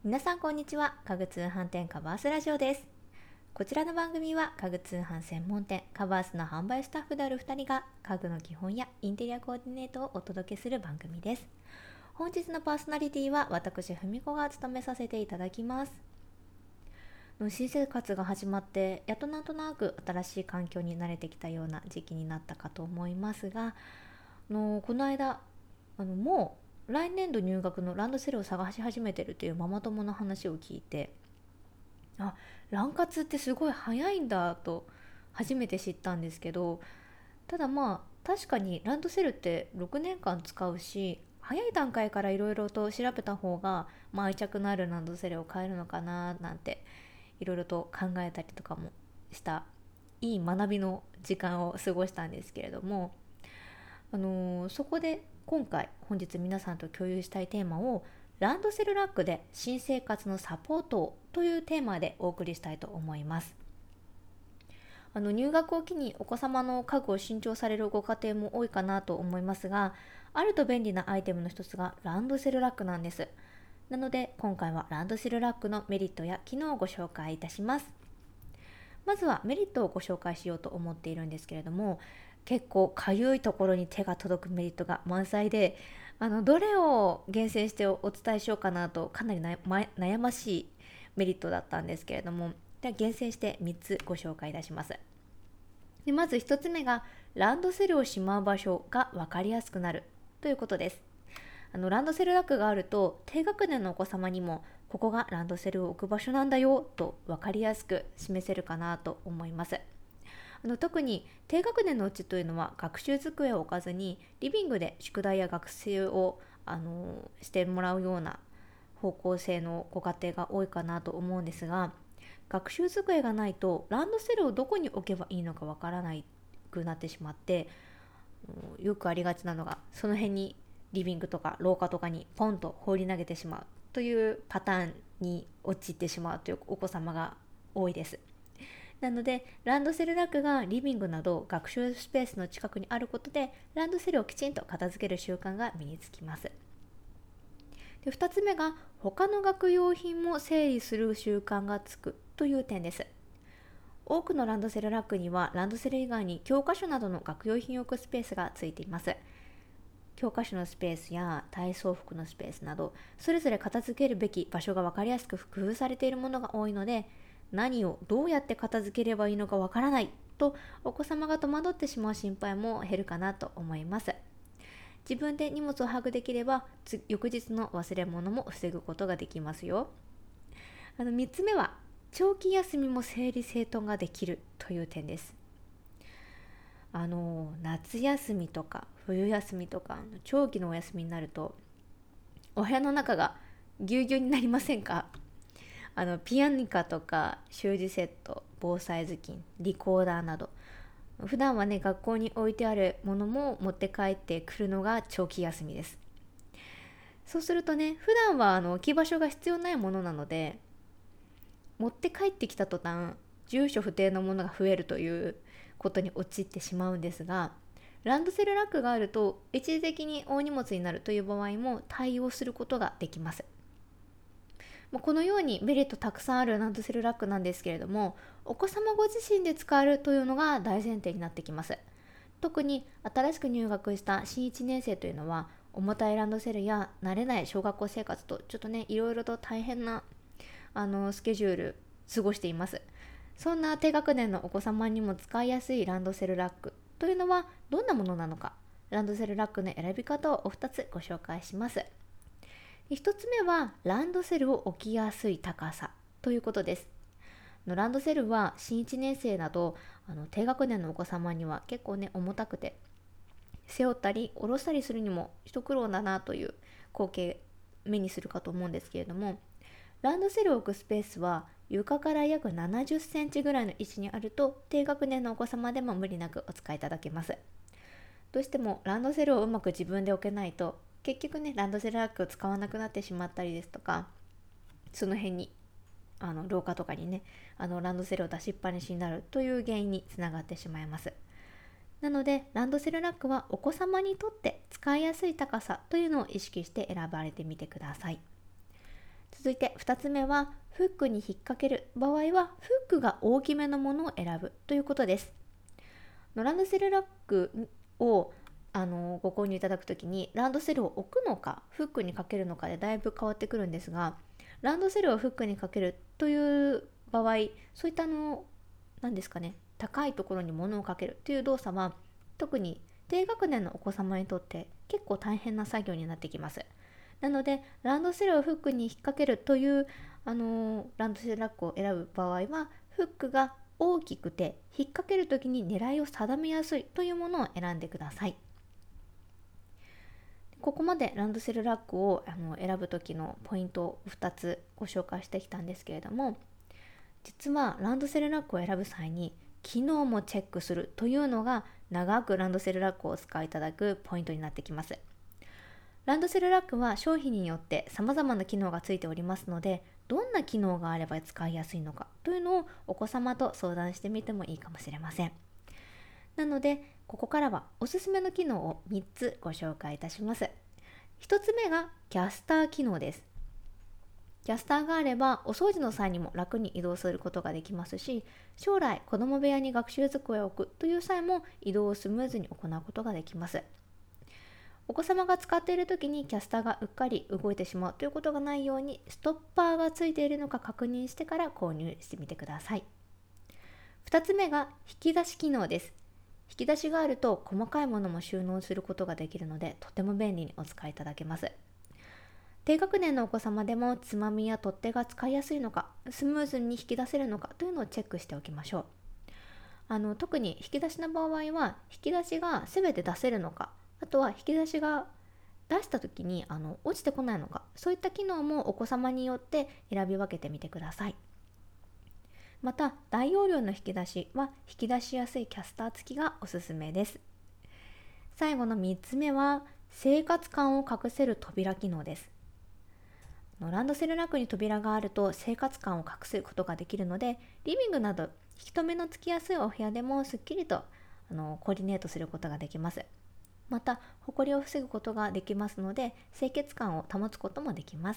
皆さんこんにちは。家具通販店カバースラジオです。こちらの番組は家具通販専門店カバースの販売スタッフである2人が家具の基本やインテリアコーディネートをお届けする番組です。本日のパーソナリティは私ふみこが務めさせていただきます。新生活が始まってやっとなんとなく新しい環境に慣れてきたような時期になったかと思いますが、この間もう来年度入学のランドセルを探し始めてるというママ友の話を聞いて、卵活ってすごい早いんだと初めて知ったんですけど、ただ確かにランドセルって6年間使うし、早い段階からいろいろと調べた方が、愛着のあるランドセルを買えるのかななんていろいろと考えたりとかもしたいい学びの時間を過ごしたんですけれども、そこで本日皆さんと共有したいテーマをランドセルラックで新生活のサポートをというテーマでお送りしたいと思います。入学を機にお子様の家具を新調されるご家庭も多いかなと思いますが、あると便利なアイテムの一つがランドセルラックなんです。なので今回はランドセルラックのメリットや機能をご紹介いたします。まずはメリットをご紹介しようと思っているんですけれども、結構かゆいところに手が届くメリットが満載で、どれを厳選してお伝えしようかなとかなり悩ましいメリットだったんですけれども、では厳選して3つご紹介いたします。でまず1つ目がランドセルをしまう場所が分かりやすくなるということです。ランドセルラックがあると低学年のお子様にもここがランドセルを置く場所なんだよと分かりやすく示せるかなと思います。特に低学年のうちというのは学習机を置かずにリビングで宿題や学習をしてもらうような方向性のご家庭が多いかなと思うんですが、学習机がないとランドセルをどこに置けばいいのかわからないくなってしまって、よくありがちなのがその辺にリビングとか廊下とかにポンと放り投げてしまうというパターンに陥ってしまうというお子様が多いです。なのでランドセルラックがリビングなど学習スペースの近くにあることでランドセルをきちんと片付ける習慣が身につきます。で2つ目が他の学用品も整理する習慣がつくという点です。多くのランドセルラックにはランドセル以外に教科書などの学用品を置くスペースがついています。教科書のスペースや体操服のスペースなどそれぞれ片付けるべき場所が分かりやすく工夫されているものが多いので、何をどうやって片付ければいいのかわからないとお子様が戸惑ってしまう心配も減るかなと思います。自分で荷物を把握できれば翌日の忘れ物も防ぐことができますよ。3つ目は長期休みも整理整頓ができるという点です。夏休みとか冬休みとか長期のお休みになるとお部屋の中がぎゅうぎゅうになりませんか？ピアニカとか習字セット、防災頭巾、リコーダーなど普段はね学校に置いてあるものも持って帰ってくるのが長期休みです。そうするとね、普段は置き場所が必要ないものなので持って帰ってきた途端住所不定のものが増えるということに陥ってしまうんですが、ランドセルラックがあると一時的に大荷物になるという場合も対応することができます。このようにメリットたくさんあるランドセルラックなんですけれども、お子様ご自身で使えるというのが大前提になってきます。特に新しく入学した新1年生というのは重たいランドセルや慣れない小学校生活とちょっとねいろいろと大変なスケジュール過ごしています。そんな低学年のお子様にも使いやすいランドセルラックというのはどんなものなのか、ランドセルラックの選び方をお二つご紹介します。1つ目はランドセルを置きやすい高さということです。ランドセルは新1年生など低学年のお子様には結構ね重たくて背負ったり下ろしたりするにも一苦労だなという光景目にするかと思うんですけれども、ランドセルを置くスペースは床から約70センチぐらいの位置にあると低学年のお子様でも無理なくお使いいただけます。どうしてもランドセルをうまく自分で置けないと結局ねランドセルラックを使わなくなってしまったりですとか、その辺に廊下とかにねランドセルを出しっぱなしになるという原因につながってしまいます。なのでランドセルラックはお子様にとって使いやすい高さというのを意識して選ばれてみてください。 続いて2つ目は、フックに引っ掛ける場合はフックが大きめのものを選ぶということです。ランドセルラックをご購入いただくときに、ランドセルを置くのかフックにかけるのかでだいぶ変わってくるんですが、ランドセルをフックにかけるという場合、そういった何ですかね、高いところに物をかけるという動作は、特に低学年のお子様にとって結構大変な作業になってきます。なので、ランドセルをフックに引っ掛けるというランドセルラックを選ぶ場合は、フックが大きくて引っ掛けるときに狙いを定めやすいというものを選んでください。ここまでランドセルラックを選ぶ時のポイントを2つご紹介してきたんですけれども、実はランドセルラックを選ぶ際に機能もチェックするというのが、長くランドセルラックをお使いいただくポイントになってきます。ランドセルラックは商品によって様々な機能がついておりますので、どんな機能があれば使いやすいのかというのをお子様と相談してみてもいいかもしれません。なので、ここからはおすすめの機能を3つご紹介いたします。1つ目がキャスター機能です。キャスターがあればお掃除の際にも楽に移動することができますし、将来子供部屋に学習机を置くという際も移動をスムーズに行うことができます。お子様が使っている時にキャスターがうっかり動いてしまうということがないように、ストッパーがついているのか確認してから購入してみてください。2つ目が引き出し機能です。引き出しがあると細かいものも収納することができるので、とても便利にお使いいただけます。低学年のお子様でもつまみや取っ手が使いやすいのか、スムーズに引き出せるのかというのをチェックしておきましょう。特に引き出しの場合は、引き出しが全て出せるのか、あとは引き出しが出した時に落ちてこないのか、そういった機能もお子様によって選び分けてみてください。また、大容量の引き出しは引き出しやすいキャスター付きがおすすめです。最後の3つ目は生活感を隠せる扉機能です。ランドセルラックに扉があると生活感を隠すことができるので、リビングなど引き止めのつきやすいお部屋でもすっきりとコーディネートすることができます。また、ホコリを防ぐことができますので、清潔感を保つこともできます。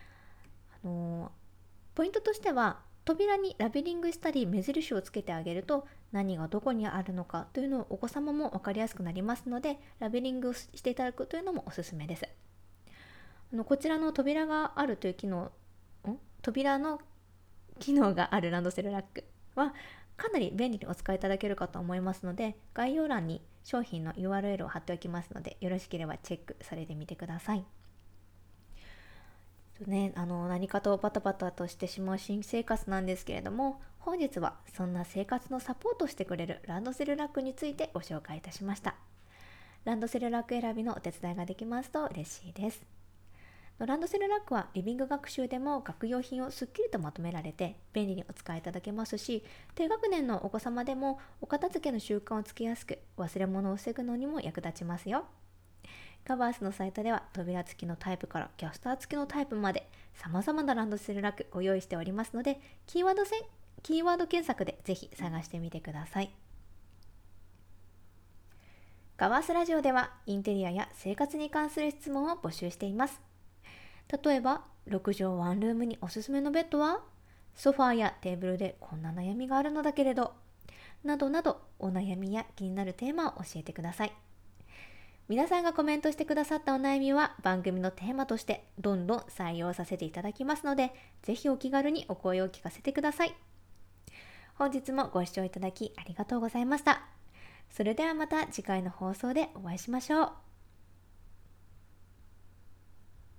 ポイントとしては、扉にラベリングしたり目印をつけてあげると、何がどこにあるのかというのをお子様も分かりやすくなりますので、ラベリングをしていただくというのもおすすめです。こちらの扉があるという扉の機能があるランドセルラックはかなり便利にお使いいただけるかと思いますので、概要欄に商品の URL を貼っておきますので、よろしければチェックされてみてください。何かとバタバタとしてしまう新生活なんですけれども、本日はそんな生活のサポートをしてくれるランドセルラックについてご紹介いたしました。ランドセルラック選びのお手伝いができますと嬉しいです。ランドセルラックはリビング学習でも学用品をすっきりとまとめられて便利にお使いいただけますし、低学年のお子様でもお片付けの習慣をつけやすく、忘れ物を防ぐのにも役立ちますよ。カバースのサイトでは扉付きのタイプからキャスター付きのタイプまで様々なランドセルラックご用意しておりますので、キーワード検索でぜひ探してみてください。カバースラジオではインテリアや生活に関する質問を募集しています。例えば、6畳ワンルームにおすすめのベッドは、ソファーやテーブルでこんな悩みがあるのだけれど、などなどお悩みや気になるテーマを教えてください。皆さんがコメントしてくださったお悩みは番組のテーマとしてどんどん採用させていただきますので、ぜひお気軽にお声を聞かせてください。本日もご視聴いただきありがとうございました。それではまた次回の放送でお会いしましょう。